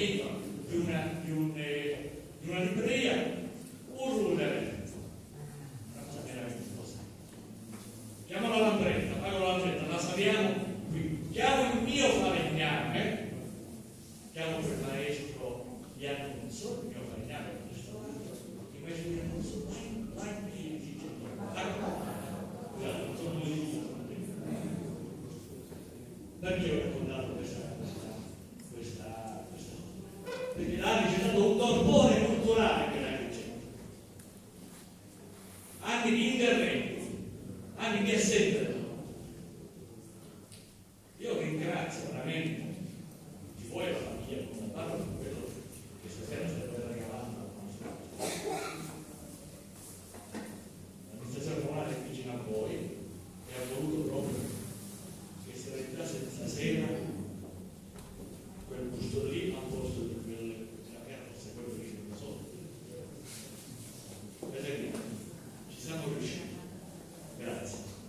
evento di una libreria, urlo un evento, una cosa meravigliosa. Chiamo la lambretta, pago la lambretta, la saliamo qui, chiamo il mio falegname, chiamo quel maestro di Annunzio, il mio falegname, il maestro di Annunzio, perché ho raccontato questa perché là c'è stato un torpore culturale per la Cristiana, anni di interventi, anni di assenza. Io ringrazio veramente di voi e la famiglia come parlo per quello che stasera state regalando l'amministrazione comunale è vicino a voi e ha voluto proprio che si realizzasse stasera quel gusto lì a posto di forse quello che non so. Vedete, ci siamo riusciti. Grazie.